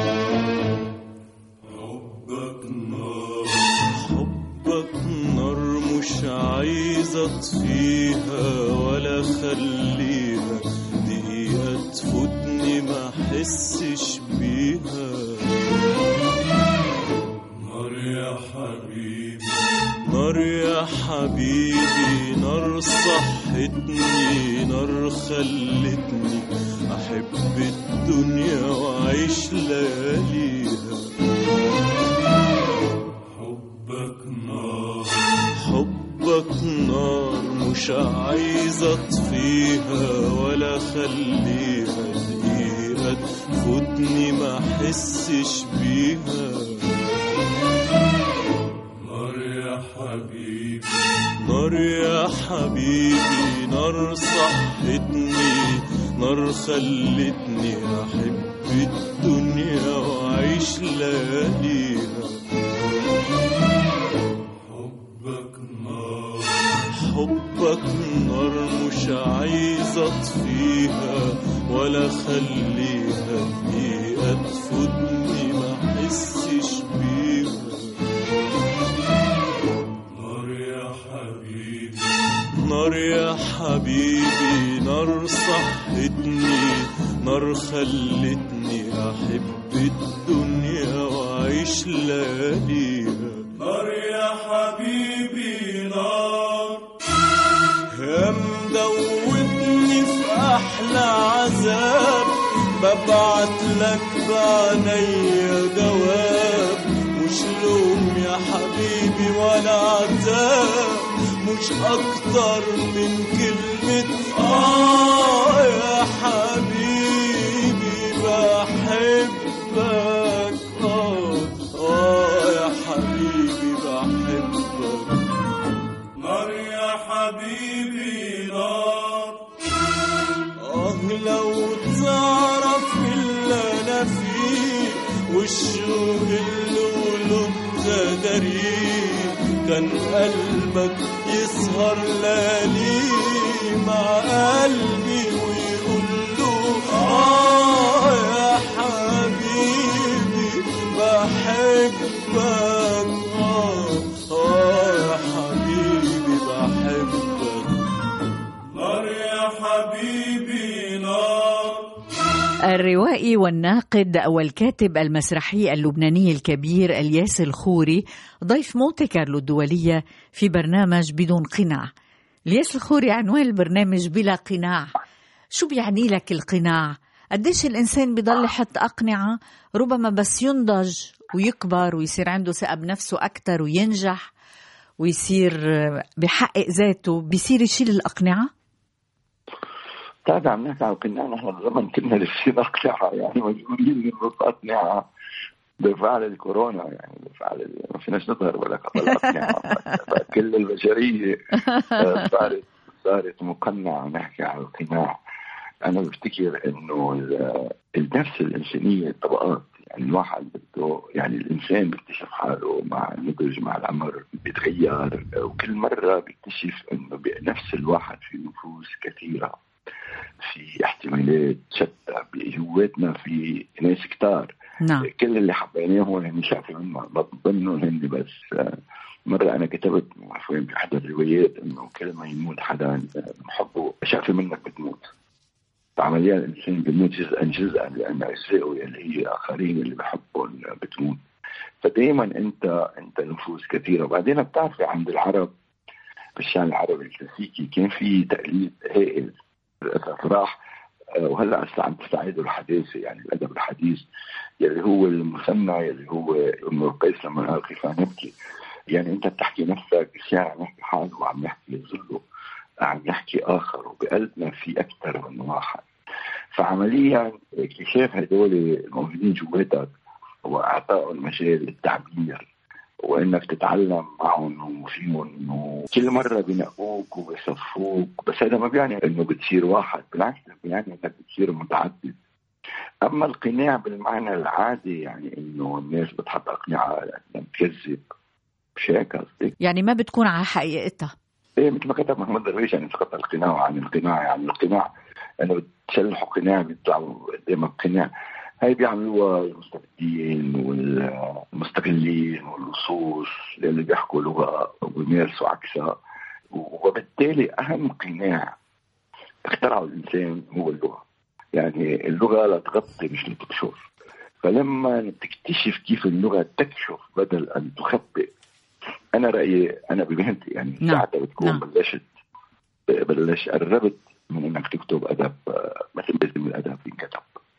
حبك نار، حبك نار مش عايزة أطفيها ولا خليها دقيقة تفوتني ما حسش بيها. يا حبيبي نار يا حبيبي نار صحتني، نار خلتني أحب الدنيا وأعيش لياليها. حبك نار، حبك نار مش عايزة أطفيها ولا خليها دقيقة تفوتني ما حسش بيها. حبيبي نار يا حبيبي نار صحتني، نار خلتني أحب الدنيا وأعيش لياليها. حبك نار، حبك نار مش عايزة أطفيها ولا خليها دقيقة تفوتني ما حسش بيها. نار يا حبيبي نار صحتني، نار خلتني أحب الدنيا وأعيش لياليها. نار يا حبيبي نار يا مدوبني في أحلى عذاب، ببعت لك بعناية جواب، مش لوم يا حبيبي ولا عذاب، مش أكتر من كلمة آه يا حبيبي بحبك. آه آه يا حبيبي بحبك. نار يا حبيبي نار. آه لو تعرف اللي أنا فيه والشوق اللي قلوب تدريه، كان قلبك يسهر ليالي مع قلبي ويقول له آه يا حبيبي بحبك. آه آه يا حبيبي بحبك. نار يا حبيبي نار. الروائي والناقد والكاتب المسرحي اللبناني الكبير الياس الخوري ضيف مونتي كارلو الدولية في برنامج بدون قناع. الياس الخوري، عنوان البرنامج بلا قناع. شو بيعني لك القناع؟ قديش الإنسان بيضل يحط أقنعة، ربما بس ينضج ويكبر ويصير عنده ثقة بنفسه أكتر وينجح ويصير بيحقق ذاته بيصير يشيل الأقنعة؟ طبعا عم نحكي عن القناع، نحن زمن كنا لسه أقنعة، يعني مجبورين نلبس أقنعة بفعل الكورونا، يعني بفعل ما فيناش نظهر ولا قبل أقنعة. كل البشرية صارت صارت مقنعة. نحكي عن القناع. أنا بفتكر إنه النفس الإنسانية طبقات، يعني الواحد بده، يعني الإنسان بيكتشف حاله مع النضج مع العمر بيتغير، وكل مرة بيكتشف إنه بنفس الواحد في نفوس كثيرة، في احتمالات شتى، بجواتنا في ناس كتار. نعم. كل اللي حبيناه هو هن شافوا منه بظنوا هن بس. مرة أنا كتبت عفوا في أحد الروايات إنه كل ما يموت حدا بنحبه شافي منك بتموت. فعمليا الإنسان بيموت جزءا جزءا لأن أجزائه اللي هي آخرين اللي بحبهم بتموت. فدايما أنت أنت نفوس كثيرة. وبعدين بتعرفي عند العرب بالشأن العربي الكلاسيكي كان في تقليد هائل للأسف راح، وهلا هسه عم تستعيدوا الحداثة يعني الأدب الحديث يلي هو المثنى يلي هو امرؤ القيس لما قال كيف نبكي. يعني أنت بتحكي نفسك الشاعر عم يحكي حاله وعم يحكي ظله عم يحكي آخر، وبقلبنا في أكثر من واحد. فعمليا اكتشاف هدول الموجودين جواتك وإعطائهم مجال للتعبير وإنك تتعلم معهم وفيهم، وكل مرة بينقوك وبيصفوك، بس هذا ما بيعني إنه بتصير واحد، بالعكس يعني إنك بتصير متعدد. أما القناع بالمعنى العادي يعني إنه الناس بتحط أقنعة لأنها بتكذب، مش هيك قصدي؟ يعني ما بتكون على حقيقتها. إيه مثل ما كتب محمد درويش يعني سقط القناع عن القناع. يعني القناع إنه بتشلحوا قناع بيطلعوا قدامك قناع. هاي بيعملوها المستبدين والمستقلين واللصوص اللي بيحكوا لغة وبيمارسوا عكسها. وبالتالي أهم قناع اخترعه الإنسان هو اللغة. يعني اللغة لا تغطي مش لتكشف. فلما تكتشف كيف اللغة تكشف بدل أن تخبئ، أنا رأيي أنا بمهنتي يعني ساعتها بتكون نعم. بلشت بلش قربت من إنك تكتب أدب مثل باسم الأدب ينكتب.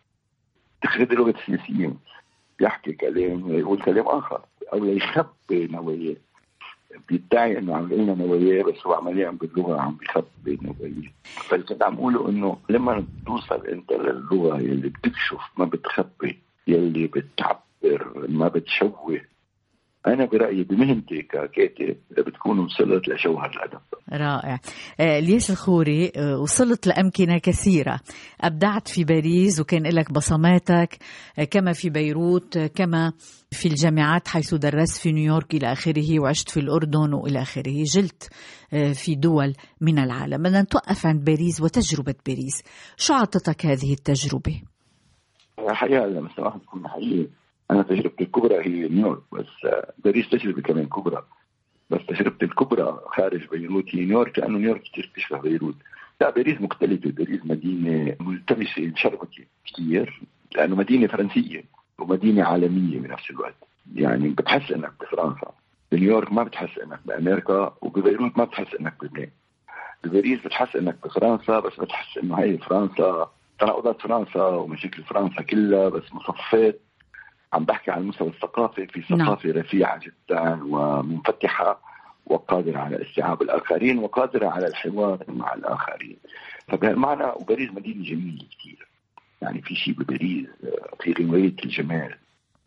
تخذ لغة السياسيين يحكي كلام يقول كلام آخر أو يخبي نواياه، بيدعي إنه عم لنا نواياه بس هو عمليا باللغة عم بيخبي نواياه. فالكنت عم أقوله إنه لما توصل أنت للغة يلي بتكشف ما بتخبي، يلي بتعبر ما بتشوه، أنا برأيي بمهنتي ككاتب بتكون وصلت لجوهر الأدب. رائع. الياس الخوري، وصلت لأمكنة كثيرة، أبدعت في باريس وكان لك بصماتك كما في بيروت كما في الجامعات حيث درست في نيويورك إلى آخره، وعشت في الأردن وإلى آخره، جلت في دول من العالم. بدنا نتوقف عند باريس وتجربة باريس. شو عطتك هذه التجربة؟ الحقيقة لما سمحت تكون حقيقي أنا تجربتي الكبرى هي نيويورك، بس باريس تجربة كمان كبرى، بس تجربتي الكبرى خارج بيروت هي نيويورك، لأنه نيويورك كتير تشبه بيروت. لا باريس مختلفة. باريس مدينة ملتبسة مشربكة كتير لأنه مدينة فرنسية ومدينة عالمية بنفس الوقت. يعني بتحس إنك بفرنسا. بنيويورك ما بتحس إنك بأمريكا، وببيروت ما بتحس إنك بلبنان. بباريس بتحس إنك بفرنسا بس بتحس إنه هاي فرنسا تناقضات فرنسا ومشاكل فرنسا كلها بس مصفات. عم بحكي عن المستوى الثقافي، في ثقافة نعم. رفيعة جدا ومنفتحة وقادرة على استيعاب الآخرين وقادرة على الحوار مع الآخرين. فبهالمعنى وباريس مدينة جميلة كتير. يعني في شيء بباريس في رواية الجمال،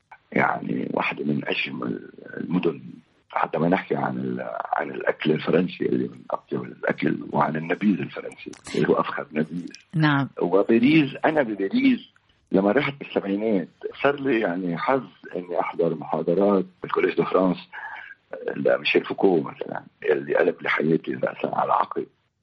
يعني واحدة من أجمل المدن. حتى ما نحكي عن عن الأكل الفرنسي اللي من أطيب الأكل، وعن النبيذ الفرنسي اللي هو أفخر نبيذ. نعم. وباريس أنا بباريس لما رحت بالسبعينات صار لي يعني حظ اني احضر محاضرات بالكوليج دو فرانس لميشيل فوكو مثلا اللي قلب لي حياتي رأسا على عقب،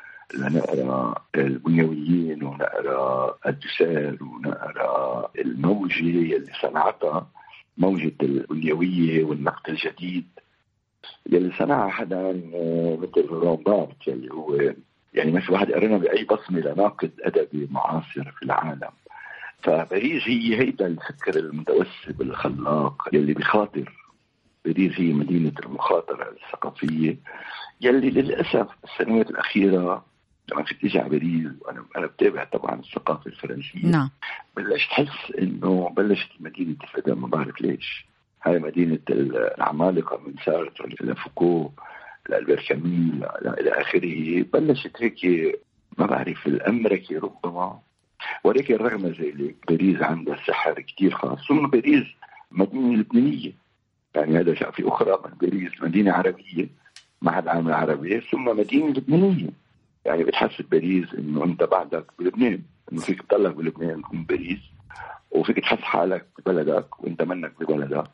لنقرا البنيويين ونقرا الدوسير ونقرا الموجة اللي صنعتها، موجة البنيوية والنقد الجديد اللي صنعها حدا مثل رومبارت اللي هو يعني ما في واحد قرنا بأي بصمة لناقد أدبي معاصر في العالم. فباريس هي هيدا الفكر المتوسب الخلاق يلي بخاطر. باريس هي مدينة المخاطرة الثقافية يلي للأسف السنوات الأخيرة لما كنت تيجي على باريس وأنا أنا بتابع طبعا الثقافة الفرنسية نعم. بلشت تحس إنه بلشت مدينة تفقدها. ما بعرف ليش. هاي مدينة العمالقة من سارتر لفوكو لألبير كاميل إلى آخره بلشت هيك ما بعرف الأمريكي ربما. ولكن رغم ذلك باريس عندها سحر كتير خاص. ثم باريس مدينة لبنانية، يعني هذا شيء في أخرى من باريس مدينة عربية مع العالم العربي، ثم مدينة لبنانية. يعني بتحس بباريس إنه أنت بعدك بلبنان، إنه فيك تطلق بلبنان من باريس وفيك تحس حالك ببلدك وأنت منك ببلدك.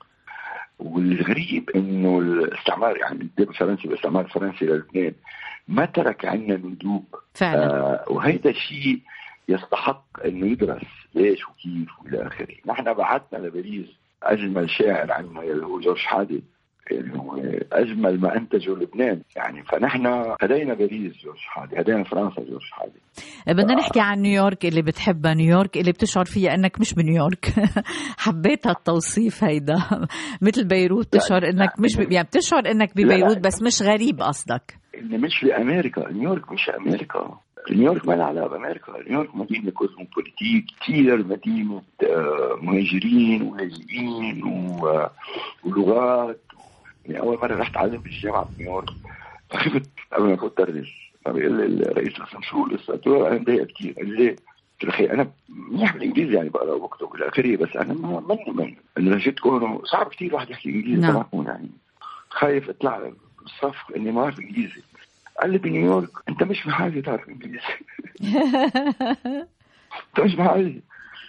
والغريب إنه الاستعمار يعني الدب الفرنسي بالاستعمار الفرنسي للبنان ما ترك عنا ندوب. فعلا. آه وهذا الشيء يستحق أنه يدرس. ليش وكيف والى اخره. نحن بعثنا لباريس اجمل شاعر عندنا اللي هو جورج حادي، يعني هو اجمل ما انتجه لبنان يعني. فنحن هدينا باريس جورج حادي، هدينا فرنسا جورج حادي. بدنا ف... نحكي عن نيويورك اللي بتحبها، نيويورك اللي بتشعر فيها انك مش بنيويورك. حبيت هالتوصيف هيدا. مثل بيروت تشعر انك مش ب... يعني بتشعر انك ببيروت بس مش غريب قصدك. اللي مش في امريكا، نيويورك مش امريكا. نيويورك ما لها علاقه بامريكا. نيويورك مدينه كوزموبوليتيك كثير، مدينه مهاجرين ولاجئين ولغات. يعني اول مره رحت اتعلم في الجامعه بنيويورك فخفت قبل ما كنت ادرس، فبيقول لي الرئيس القسم شو لسه؟ قلت له انا مضايق كثير. قال لي قلت له اخي انا منيح بالانجليزي يعني بقرا وبكتب الى اخره، بس انا ما مني من لهجتكم صعب كثير واحد يحكي انجليزي تبعكم يعني. خايف اطلع بالصف اني ما اعرف انجليزي. قال لي بنيويورك انت مش بحاجه تعرف انجليزي. انت مش بحاجه.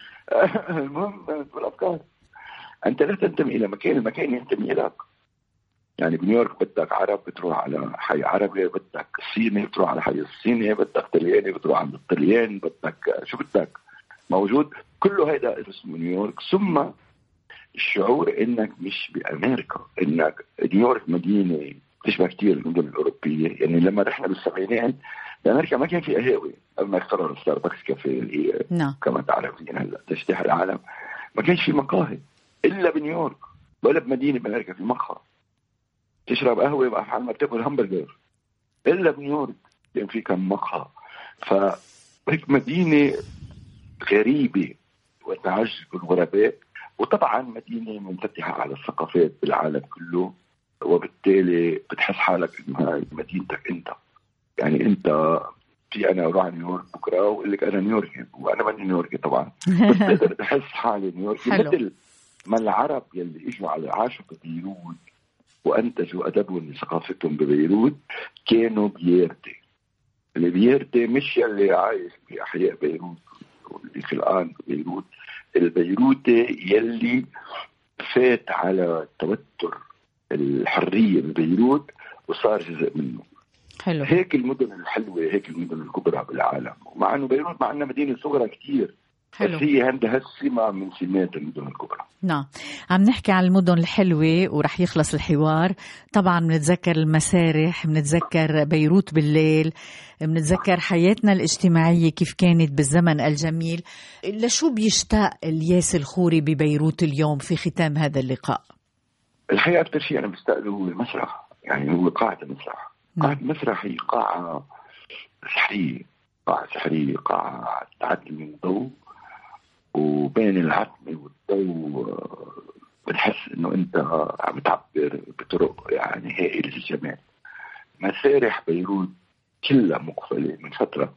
المهم بالافكار انت لا تنتمي الى مكان، المكان ينتمي اليك. يعني بنيويورك بدك عرب بتروح على حي عربي، بدك صيني بتروح على حي الصيني، بدك طلياني بتروح عند الطليان، بدك شو بدك موجود. كله هيدا اسمه نيويورك. ثم الشعور انك مش بامريكا، انك نيويورك مدينه تشبه كتير المدن الاوروبيه. يعني لما رحنا بالسبعينات بامريكا ما كان في قهاوي قبل ما اخترعوا ستاربكس كافيه اللي هي no. كما تعرفين هلا تجتاح العالم. ما كانش في مقاهي الا بنيويورك، ولا بمدينه بامريكا في مقهى تشرب قهوه بحال ما بتاكل همبرجر. الا بنيويورك كان في كم مقهى. فهيك مدينه غريبه وتعجب الغرباء، وطبعا مدينه منفتحه على الثقافات بالعالم كله، وبالتالي بتحس حالك انها مدينتك انت. يعني انت في انا اروح على نيويورك بكره واقول لك انا نيويوركي وانا ماني نيويوركي طبعا، بس تقدر تحس حالي نيويوركي. مثل ما العرب يلي اجوا على عاشوا ببيروت وانتجوا ادبهم وثقافتهم ببيروت كانوا بيرتي. اللي بيرتي مش يلي عايش في احياء بيروت واللي خلقان ببيروت، البيروتي يلي فات على توتر الحريه ببيروت وصار جزء منه. حلو. هيك المدن الحلوه، هيك المدن الكبرى بالعالم. ومع انه بيروت مع انها مدينه صغرى كتير، حلو. بس هي عندها السمة من سمات المدن الكبرى. نعم، عم نحكي عن المدن الحلوة ورح يخلص الحوار. طبعا بنتذكر المسارح، بنتذكر بيروت بالليل، بنتذكر حياتنا الاجتماعية كيف كانت بالزمن الجميل. لشو بيشتاق الياس الخوري ببيروت اليوم في ختام هذا اللقاء؟ الحقيقة أكثر شيء أنا بستقله هو المسرح. يعني هو قاعة المسرح. قاعة المسرح هي قاعة سحرية، قاعة سحرية، قاعة تعدي من ضوء، وبين العتمة والضوء بتحس انه انت عم تعبر بطرق يعني هائلة الجمال. مسارح بيروت كلها مقفلة من فترة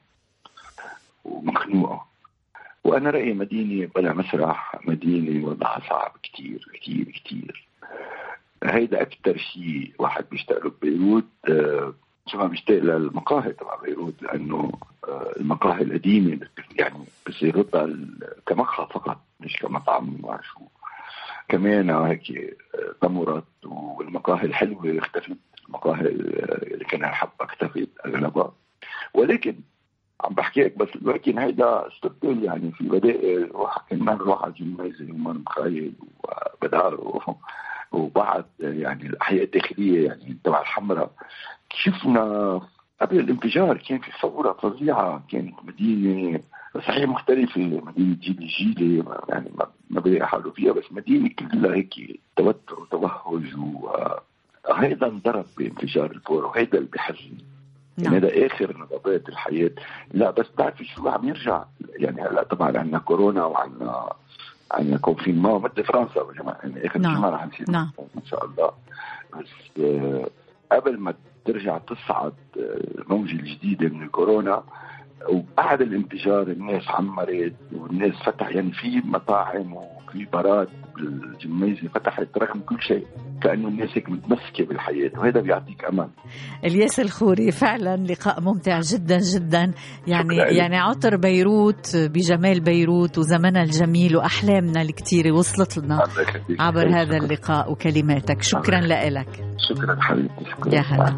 ومخنوقة، وانا رأيي مدينة بلا مسرح مدينة وضعها صعب كتير كتير كتير. هيدا اكتر شيء واحد بيشتاق له ببيروت. شو ما بيشتاق للمقاهي تبع بيروت، لأنه المقاهي القديمة يعني بصيرتها كمقهى فقط مش كمطعم ما شو. كمان هيك ضمرت، والمقاهي الحلوة اختفت، المقاهي اللي كنا نحب اختفت أغلبها. ولكن عم بحكيك بس لكن هيدا استبدال يعني في بدائل. واحد كنا نروح على الجميزة ومن مخايل وبدار وبعد يعني الأحياء الداخلية يعني تبع الحمراء. شفنا قبل الانفجار كان في ثورة فظيعة، كانت مدينة صحيح مختلفة، مدينة جيلي جيلي يعني ما بلاقي حاله فيها، بس مدينة كلها هيك توتر وتوهج. وهيدا انضرب بانفجار الفور، وهيدا اللي بحزن. يعني هذا آخر نبضات الحياة. لا بس بعد في شو عم يرجع يعني. هلا طبعا عندنا كورونا وعندنا عندنا كونفينمون مثل فرنسا وجماعة يعني آخر جمعة رح نصير إن شاء الله. بس آه قبل ما ترجع تصعد الموجة الجديدة من الكورونا وبعد الانفجار الناس عمرت والناس فتح يعني في مطاعم وفي بارات بالجميزة فتحت رغم كل شيء، كأنه الناس هيك متمسكة بالحياة، وهذا بيعطيك أمان. الياس الخوري، فعلا لقاء ممتع جدا جدا. يعني يعني عطر بيروت بجمال بيروت وزمنها الجميل وأحلامنا الكتيرة وصلت لنا عبر هذا اللقاء وكلماتك. شكرا لك. شكرا حبيبتي. شكرا. يا هلا.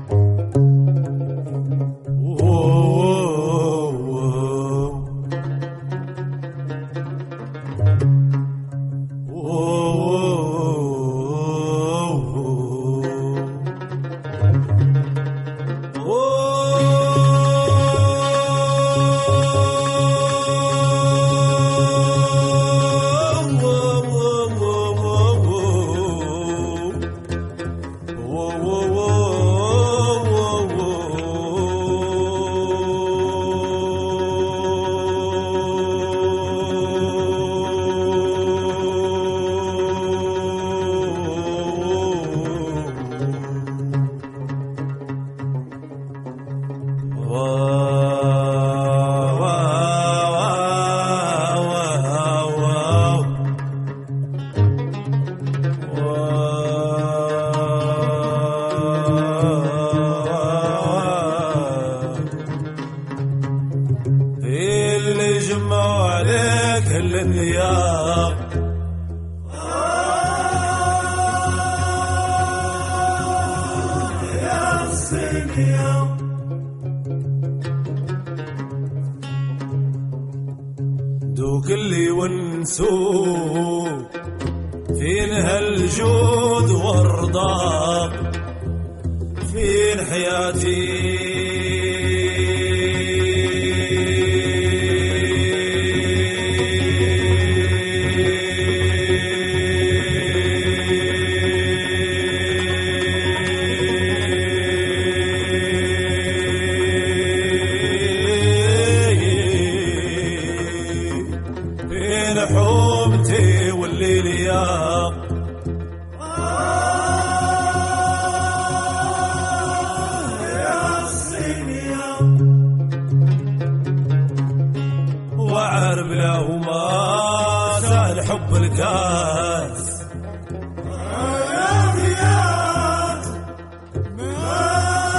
دوك اللي ونسوه فين هالجود والرضا فين حياتي حومتي والليل يا يا الصينية وعرب له ما سهل حب الكاس يا رياض ما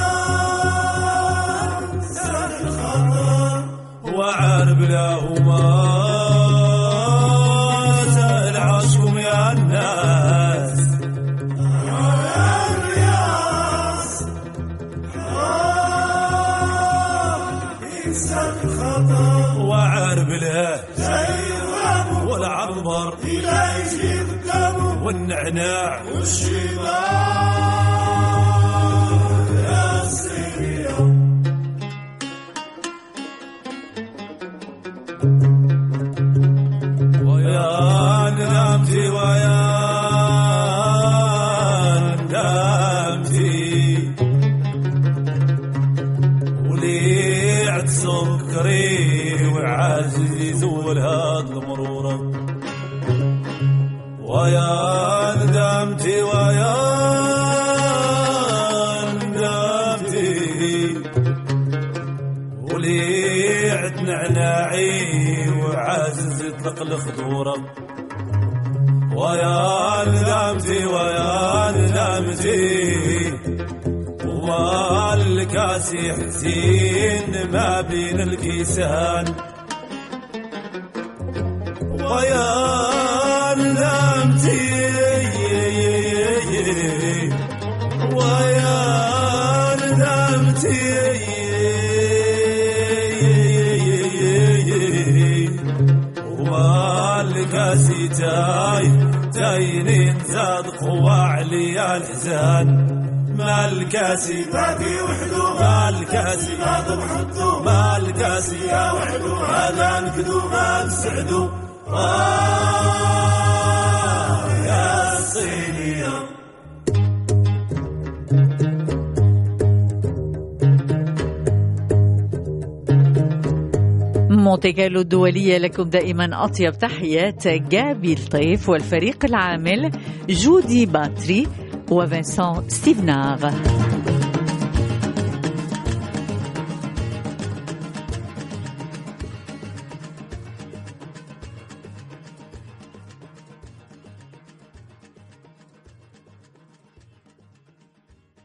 سهل الخطر وعرب له ما وعرب له والعنبر والنعناع والشباب يا الصينية ويا ندمتي ويا ندمتي وليعت سكري وعزيز والهاد المرورة ويا ندمتي ويا ندمتي وليعت نعناعي وعزيز يطلق الخضورة ويا ندمتي ويا ندمتي والكاسي حزين ما بين الكيسان ويا ندمتي ويا ندمتي والكاسي تاي تاينين زاد قوى علي الحزان ما الكاسي باقي وحدو ما الكاسي ما ضبحتو ما الكاسي يا وحدو هذا نكدو ما نسعدو آه يا الصينية مونتي كارلو الدولية لكم دائما أطيب تحيات جابي الطيف والفريق العامل جودي باتري وفنسان ستيفنار.